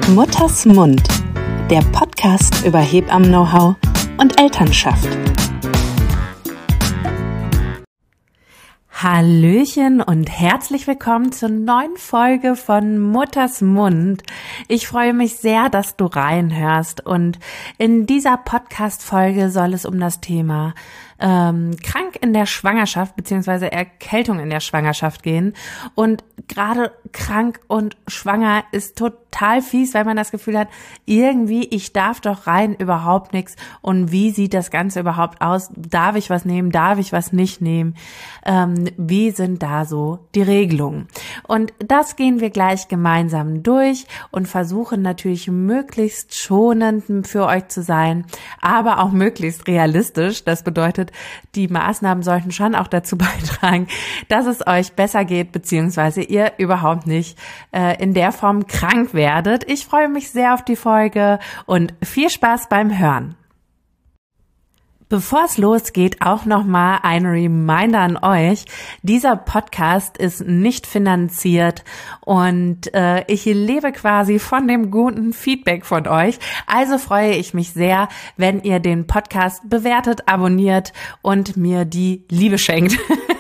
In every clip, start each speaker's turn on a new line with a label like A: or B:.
A: Mutters Mund, der Podcast über Hebammen-Know-how und Elternschaft. Hallöchen und herzlich willkommen zur neuen Folge von Mutters Mund. Ich freue mich sehr, dass du reinhörst, und in dieser Podcast-Folge soll es um das Thema krank in der Schwangerschaft bzw. Erkältung in der Schwangerschaft gehen. Und gerade krank und schwanger ist total fies, weil man das Gefühl hat, irgendwie, ich darf doch rein überhaupt nichts. Und wie sieht das Ganze überhaupt aus? Darf ich was nehmen? Darf ich was nicht nehmen? Wie sind da so die Regelungen? Und das gehen wir gleich gemeinsam durch und versuchen natürlich möglichst schonend für euch zu sein, aber auch möglichst realistisch. Das bedeutet, die Maßnahmen sollten schon auch dazu beitragen, dass es euch besser geht, beziehungsweise ihr überhaupt nicht in der Form krank werdet. Ich freue mich sehr auf die Folge und viel Spaß beim Hören. Bevor es losgeht, auch nochmal ein Reminder an euch. Dieser Podcast ist nicht finanziert und ich lebe quasi von dem guten Feedback von euch. Also freue ich mich sehr, wenn ihr den Podcast bewertet, abonniert und mir die Liebe schenkt.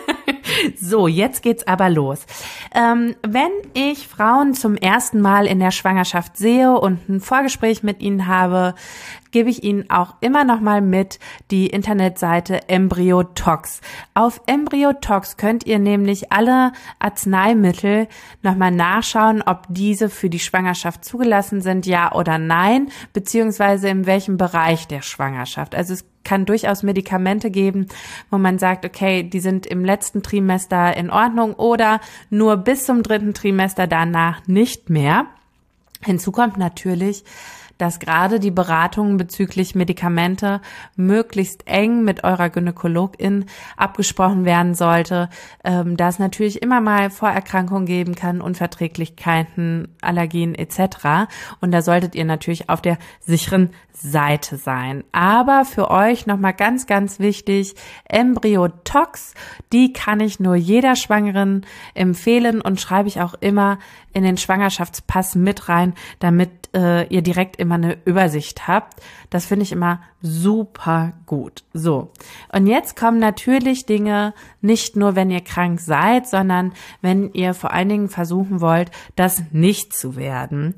A: So, jetzt geht's aber los. Wenn ich Frauen zum ersten Mal in der Schwangerschaft sehe und ein Vorgespräch mit ihnen habe, gebe ich Ihnen auch immer noch mal mit die Internetseite EmbryoTox. Auf EmbryoTox könnt ihr nämlich alle Arzneimittel noch mal nachschauen, ob diese für die Schwangerschaft zugelassen sind, ja oder nein, beziehungsweise in welchem Bereich der Schwangerschaft. Also es kann durchaus Medikamente geben, wo man sagt, okay, die sind im letzten Trimester in Ordnung oder nur bis zum 3. Trimester danach nicht mehr. Hinzu kommt natürlich, dass gerade die Beratungen bezüglich Medikamente möglichst eng mit eurer Gynäkologin abgesprochen werden sollte, da es natürlich immer mal Vorerkrankungen geben kann, Unverträglichkeiten, Allergien etc. Und da solltet ihr natürlich auf der sicheren Seite sein. Aber für euch nochmal ganz, ganz wichtig, EmbryoTox, die kann ich nur jeder Schwangeren empfehlen und schreibe ich auch immer in den Schwangerschaftspass mit rein, damit ihr direkt immer eine Übersicht habt. Das finde ich immer super gut. So, und jetzt kommen natürlich Dinge, nicht nur wenn ihr krank seid, sondern wenn ihr vor allen Dingen versuchen wollt, das nicht zu werden.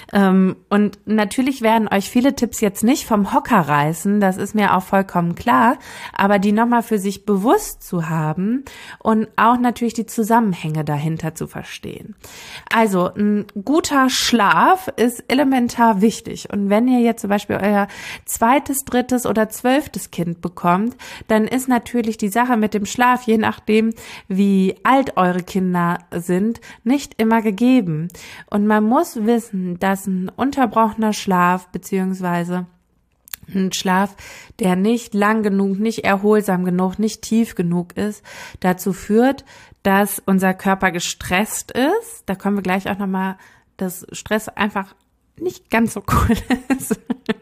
A: Und natürlich werden euch viele Tipps jetzt nicht vom Hocker reißen, das ist mir auch vollkommen klar, aber die nochmal für sich bewusst zu haben und auch natürlich die Zusammenhänge dahinter zu verstehen. Also ein guter Schlaf ist elementar wichtig, und wenn ihr jetzt zum Beispiel euer 2., 3. oder 12. Kind bekommt, dann ist natürlich die Sache mit dem Schlaf, je nachdem wie alt eure Kinder sind, nicht immer gegeben. Und man muss wissen, dass ein unterbrochener Schlaf beziehungsweise ein Schlaf, der nicht lang genug, nicht erholsam genug, nicht tief genug ist, dazu führt, dass unser Körper gestresst ist. Da kommen wir gleich auch nochmal, dass Stress einfach nicht ganz so cool ist.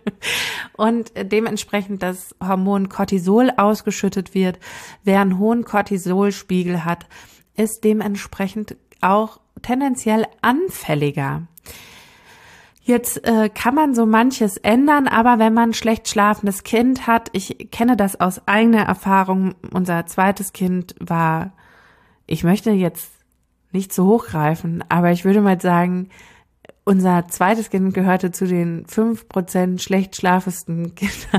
A: Und dementsprechend das Hormon Cortisol ausgeschüttet wird. Wer einen hohen Cortisolspiegel hat, ist dementsprechend auch tendenziell anfälliger. Jetzt kann man so manches ändern, aber wenn man ein schlecht schlafendes Kind hat, ich kenne das aus eigener Erfahrung, unser 2. Kind war, ich möchte jetzt nicht zu hoch greifen, aber ich würde mal sagen, unser 2. Kind gehörte zu den 5% schlecht schlafendsten Kindern,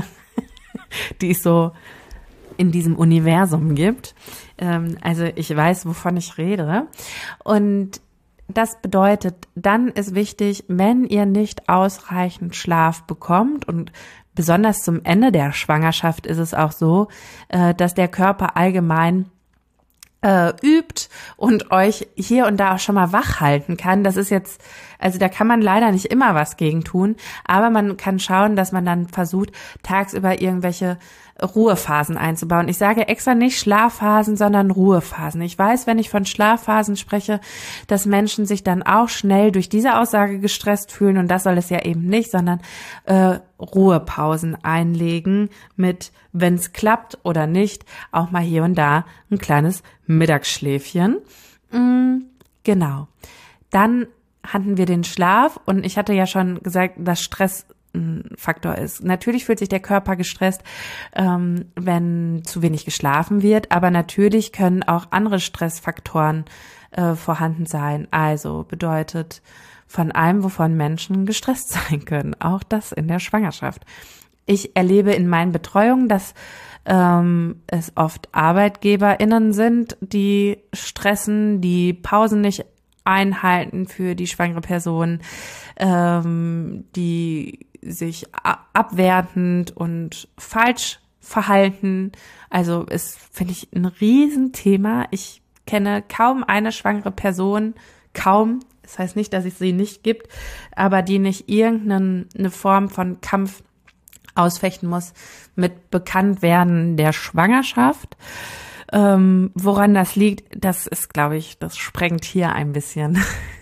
A: die es so in diesem Universum gibt. Also ich weiß, wovon ich rede. Und das bedeutet, dann ist wichtig, wenn ihr nicht ausreichend Schlaf bekommt, und besonders zum Ende der Schwangerschaft ist es auch so, dass der Körper allgemein übt und euch hier und da auch schon mal wach halten kann. Das ist jetzt, also da kann man leider nicht immer was gegen tun, aber man kann schauen, dass man dann versucht, tagsüber irgendwelche Ruhephasen einzubauen. Ich sage extra nicht Schlafphasen, sondern Ruhephasen. Ich weiß, wenn ich von Schlafphasen spreche, dass Menschen sich dann auch schnell durch diese Aussage gestresst fühlen, und das soll es ja eben nicht, sondern Ruhepausen einlegen mit, wenn es klappt oder nicht, auch mal hier und da ein kleines Mittagsschläfchen. Genau. Dann hatten wir den Schlaf und ich hatte ja schon gesagt, dass Stress ein Faktor ist. Natürlich fühlt sich der Körper gestresst, wenn zu wenig geschlafen wird, aber natürlich können auch andere Stressfaktoren vorhanden sein. Also bedeutet von allem, wovon Menschen gestresst sein können, auch das in der Schwangerschaft. Ich erlebe in meinen Betreuungen, dass es oft ArbeitgeberInnen sind, die stressen, die Pausen nicht einhalten für die schwangere Person, die sich abwertend und falsch verhalten. Also ist, finde ich, ein Riesenthema. Ich kenne kaum eine schwangere Person, kaum, das heißt nicht, dass es sie nicht gibt, aber die nicht irgendeine Form von Kampf ausfechten muss mit Bekanntwerden der Schwangerschaft. Woran das liegt, das ist, glaube ich, das sprengt hier ein bisschen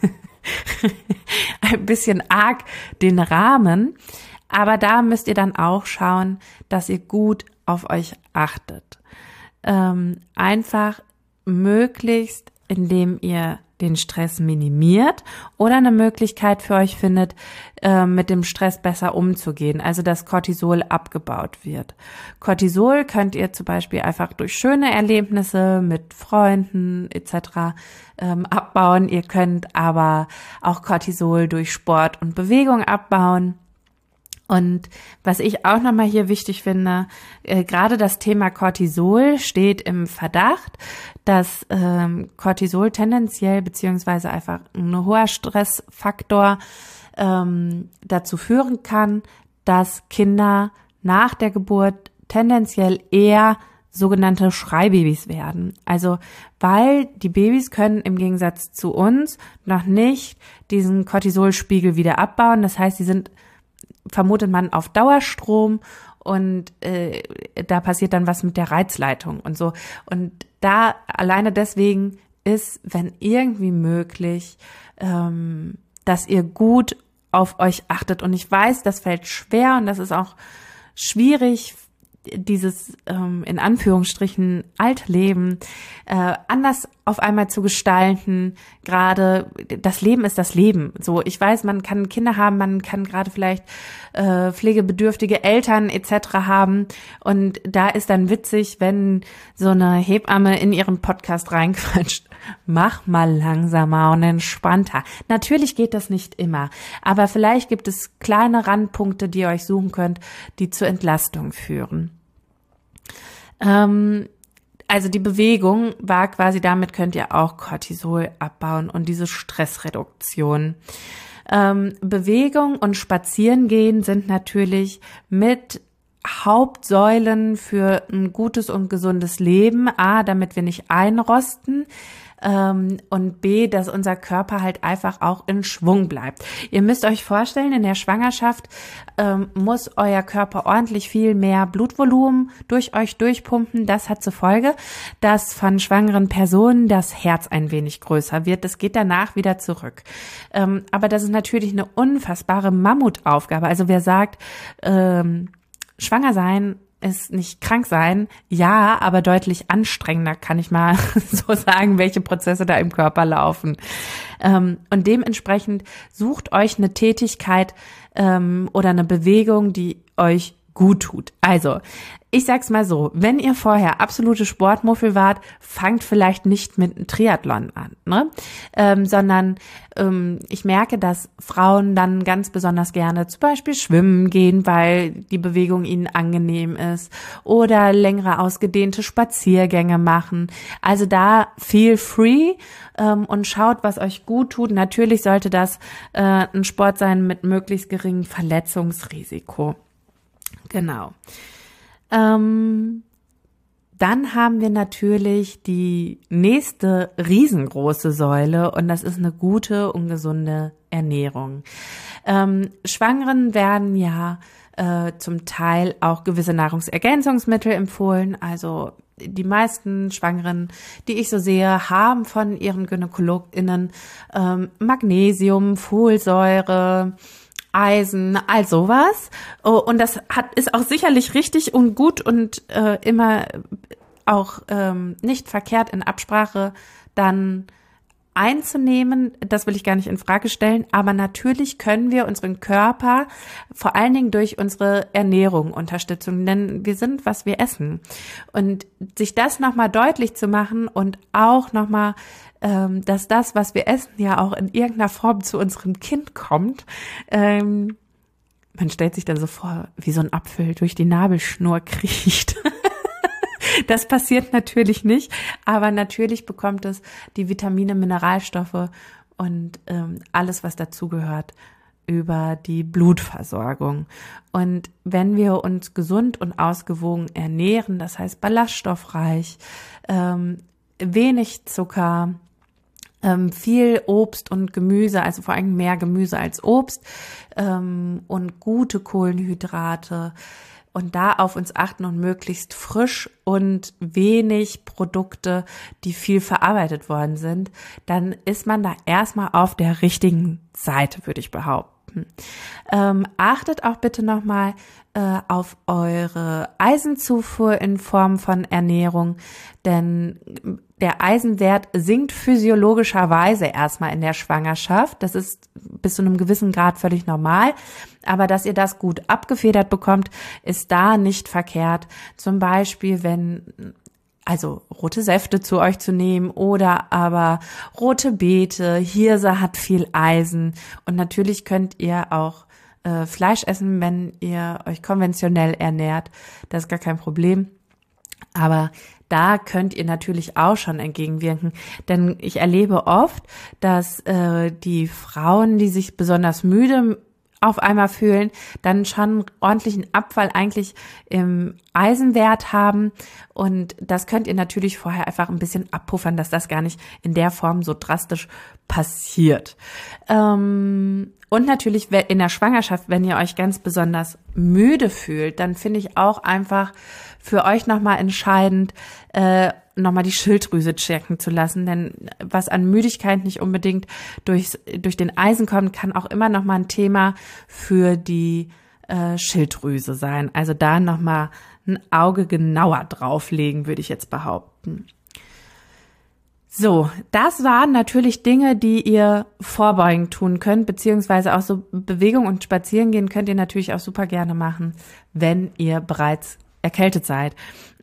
A: arg den Rahmen. Aber da müsst ihr dann auch schauen, dass ihr gut auf euch achtet. Einfach möglichst, indem ihr den Stress minimiert oder eine Möglichkeit für euch findet, mit dem Stress besser umzugehen, also dass Cortisol abgebaut wird. Cortisol könnt ihr zum Beispiel einfach durch schöne Erlebnisse mit Freunden etc. Abbauen. Ihr könnt aber auch Cortisol durch Sport und Bewegung abbauen. Und was ich auch nochmal hier wichtig finde, gerade das Thema Cortisol steht im Verdacht, dass Cortisol tendenziell beziehungsweise einfach ein hoher Stressfaktor dazu führen kann, dass Kinder nach der Geburt tendenziell eher sogenannte Schreibabys werden. Also weil die Babys können im Gegensatz zu uns noch nicht diesen Cortisolspiegel wieder abbauen. Das heißt, sie sind, vermutet man, auf Dauerstrom und da passiert dann was mit der Reizleitung und so. Und da alleine deswegen ist, wenn irgendwie möglich, dass ihr gut auf euch achtet. Und ich weiß, das fällt schwer und das ist auch schwierig, dieses in Anführungsstrichen Altleben anders auf einmal zu gestalten. Gerade das Leben ist das Leben. So, ich weiß, man kann Kinder haben, man kann gerade vielleicht pflegebedürftige Eltern etc. haben und da ist dann witzig, wenn so eine Hebamme in ihren Podcast reinquatscht. Mach mal langsamer und entspannter. Natürlich geht das nicht immer, aber vielleicht gibt es kleine Randpunkte, die ihr euch suchen könnt, die zur Entlastung führen. Also die Bewegung war quasi, damit könnt ihr auch Cortisol abbauen und diese Stressreduktion. Bewegung und Spazierengehen sind natürlich mit Hauptsäulen für ein gutes und gesundes Leben. A, damit wir nicht einrosten. Und B, dass unser Körper halt einfach auch in Schwung bleibt. Ihr müsst euch vorstellen, in der Schwangerschaft muss euer Körper ordentlich viel mehr Blutvolumen durch euch durchpumpen. Das hat zur Folge, dass von schwangeren Personen das Herz ein wenig größer wird. Das geht danach wieder zurück. Aber das ist natürlich eine unfassbare Mammutaufgabe. Also wer sagt, schwanger sein ist nicht krank sein, ja, aber deutlich anstrengender, kann ich mal so sagen, welche Prozesse da im Körper laufen. Und dementsprechend sucht euch eine Tätigkeit oder eine Bewegung, die euch gut tut. Also, ich sag's mal so, wenn ihr vorher absolute Sportmuffel wart, fangt vielleicht nicht mit einem Triathlon an, ne? Sondern ich merke, dass Frauen dann ganz besonders gerne zum Beispiel schwimmen gehen, weil die Bewegung ihnen angenehm ist oder längere ausgedehnte Spaziergänge machen. Also da feel free und schaut, was euch gut tut. Natürlich sollte das ein Sport sein mit möglichst geringem Verletzungsrisiko. Genau. Dann haben wir natürlich die nächste riesengroße Säule und das ist eine gute und gesunde Ernährung. Schwangeren werden ja zum Teil auch gewisse Nahrungsergänzungsmittel empfohlen. Also die meisten Schwangeren, die ich so sehe, haben von ihren GynäkologInnen Magnesium, Folsäure, Eisen, all sowas. Und das ist auch sicherlich richtig und gut und immer auch nicht verkehrt in Absprache dann einzunehmen, das will ich gar nicht in Frage stellen, aber natürlich können wir unseren Körper vor allen Dingen durch unsere Ernährung unterstützen, denn wir sind, was wir essen. Und sich das nochmal deutlich zu machen und auch nochmal, dass das, was wir essen, ja auch in irgendeiner Form zu unserem Kind kommt. Man stellt sich dann so vor, wie so ein Apfel durch die Nabelschnur kriecht. Das passiert natürlich nicht, aber natürlich bekommt es die Vitamine, Mineralstoffe und alles, was dazugehört, über die Blutversorgung. Und wenn wir uns gesund und ausgewogen ernähren, das heißt ballaststoffreich, wenig Zucker, viel Obst und Gemüse, also vor allem mehr Gemüse als Obst, und gute Kohlenhydrate, und da auf uns achten und möglichst frisch und wenig Produkte, die viel verarbeitet worden sind, dann ist man da erstmal auf der richtigen Seite, würde ich behaupten. Achtet auch bitte nochmal auf eure Eisenzufuhr in Form von Ernährung, denn der Eisenwert sinkt physiologischerweise erstmal in der Schwangerschaft. Das ist bis zu einem gewissen Grad völlig normal. Aber dass ihr das gut abgefedert bekommt, ist da nicht verkehrt. Zum Beispiel, also rote Säfte zu euch zu nehmen oder aber rote Beete. Hirse hat viel Eisen. Und natürlich könnt ihr auch Fleisch essen, wenn ihr euch konventionell ernährt. Das ist gar kein Problem. Aber da könnt ihr natürlich auch schon entgegenwirken, denn ich erlebe oft, dass die Frauen, die sich besonders müde auf einmal fühlen, dann schon ordentlichen Abfall eigentlich im Eisenwert haben, und das könnt ihr natürlich vorher einfach ein bisschen abpuffern, dass das gar nicht in der Form so drastisch passiert. Und natürlich in der Schwangerschaft, wenn ihr euch ganz besonders müde fühlt, dann finde ich auch einfach für euch nochmal entscheidend, nochmal die Schilddrüse checken zu lassen, denn was an Müdigkeit nicht unbedingt durch den Eisen kommt, kann auch immer nochmal ein Thema für die Schilddrüse sein. Also da nochmal ein Auge genauer drauflegen, würde ich jetzt behaupten. So, das waren natürlich Dinge, die ihr vorbeugend tun könnt, beziehungsweise auch so Bewegung und Spazierengehen könnt ihr natürlich auch super gerne machen, wenn ihr bereits erkältet seid.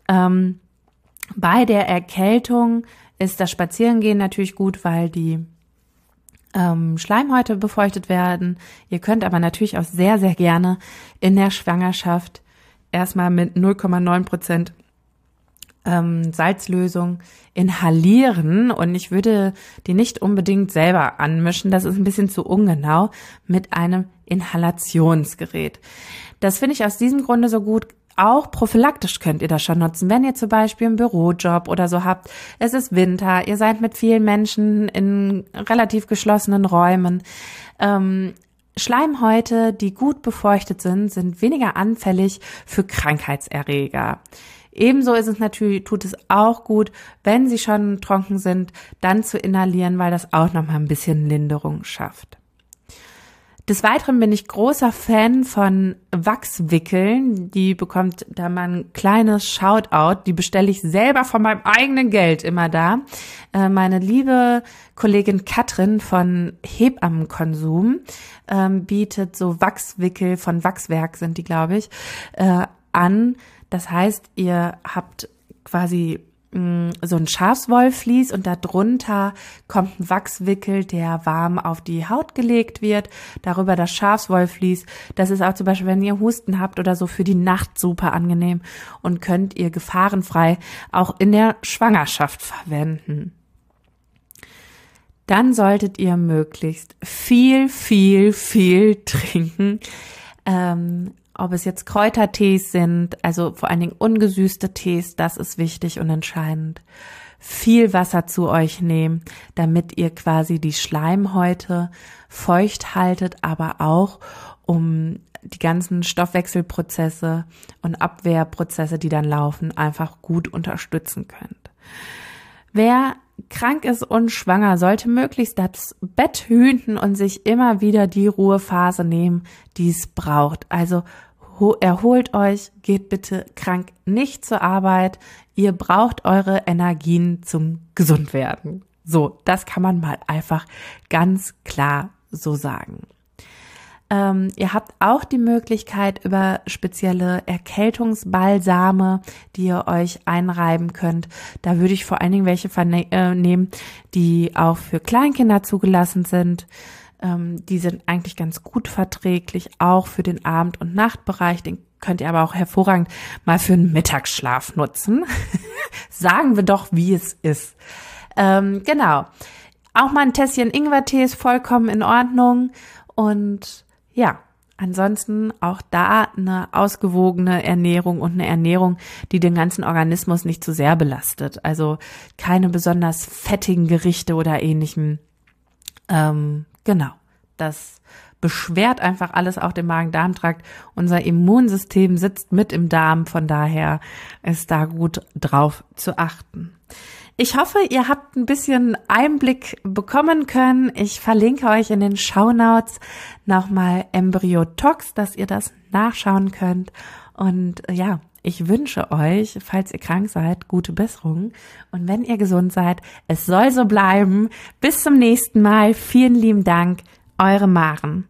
A: Bei der Erkältung ist das Spazierengehen natürlich gut, weil die Schleimhäute befeuchtet werden. Ihr könnt aber natürlich auch sehr, sehr gerne in der Schwangerschaft erstmal mit 0,9% Salzlösung inhalieren, und ich würde die nicht unbedingt selber anmischen, das ist ein bisschen zu ungenau, mit einem Inhalationsgerät. Das finde ich aus diesem Grunde so gut. Auch prophylaktisch könnt ihr das schon nutzen, wenn ihr zum Beispiel einen Bürojob oder so habt. Es ist Winter, ihr seid mit vielen Menschen in relativ geschlossenen Räumen. Schleimhäute, die gut befeuchtet sind weniger anfällig für Krankheitserreger. Ebenso ist es natürlich, tut es auch gut, wenn sie schon trocken sind, dann zu inhalieren, weil das auch nochmal ein bisschen Linderung schafft. Des Weiteren bin ich großer Fan von Wachswickeln. Die bekommt da mal ein kleines Shoutout. Die bestelle ich selber von meinem eigenen Geld immer da. Meine liebe Kollegin Katrin von Hebammenkonsum bietet so Wachswickel, von Wachswerk sind die, glaube ich, an. Das heißt, ihr habt quasi so ein Schafswollvlies und darunter kommt ein Wachswickel, der warm auf die Haut gelegt wird, darüber das Schafswollvlies. Das ist auch zum Beispiel, wenn ihr Husten habt oder so, für die Nacht super angenehm und könnt ihr gefahrenfrei auch in der Schwangerschaft verwenden. Dann solltet ihr möglichst viel trinken. Ob es jetzt Kräutertees sind, also vor allen Dingen ungesüßte Tees, das ist wichtig und entscheidend. Viel Wasser zu euch nehmen, damit ihr quasi die Schleimhäute feucht haltet, aber auch um die ganzen Stoffwechselprozesse und Abwehrprozesse, die dann laufen, einfach gut unterstützen könnt. Wer krank ist und schwanger, sollte möglichst das Bett hüten und sich immer wieder die Ruhephase nehmen, die es braucht. Also erholt euch, geht bitte krank nicht zur Arbeit. Ihr braucht eure Energien zum Gesundwerden. So, das kann man mal einfach ganz klar so sagen. Ihr habt auch die Möglichkeit über spezielle Erkältungsbalsame, die ihr euch einreiben könnt. Da würde ich vor allen Dingen welche nehmen, die auch für Kleinkinder zugelassen sind. Die sind eigentlich ganz gut verträglich, auch für den Abend- und Nachtbereich. Den könnt ihr aber auch hervorragend mal für einen Mittagsschlaf nutzen. Sagen wir doch, wie es ist. Genau. Auch mal ein Tässchen Ingwertee ist vollkommen in Ordnung. Und ja, ansonsten auch da eine ausgewogene Ernährung und eine Ernährung, die den ganzen Organismus nicht zu sehr belastet. Also keine besonders fettigen Gerichte oder ähnlichem. Genau, das beschwert einfach alles auch den Magen-Darm-Trakt. Unser Immunsystem sitzt mit im Darm, von daher ist da gut drauf zu achten. Ich hoffe, ihr habt ein bisschen Einblick bekommen können. Ich verlinke euch in den Shownotes nochmal Embryotox, dass ihr das nachschauen könnt. Und ja, ich wünsche euch, falls ihr krank seid, gute Besserung. Und wenn ihr gesund seid, es soll so bleiben. Bis zum nächsten Mal. Vielen lieben Dank. Eure Maren.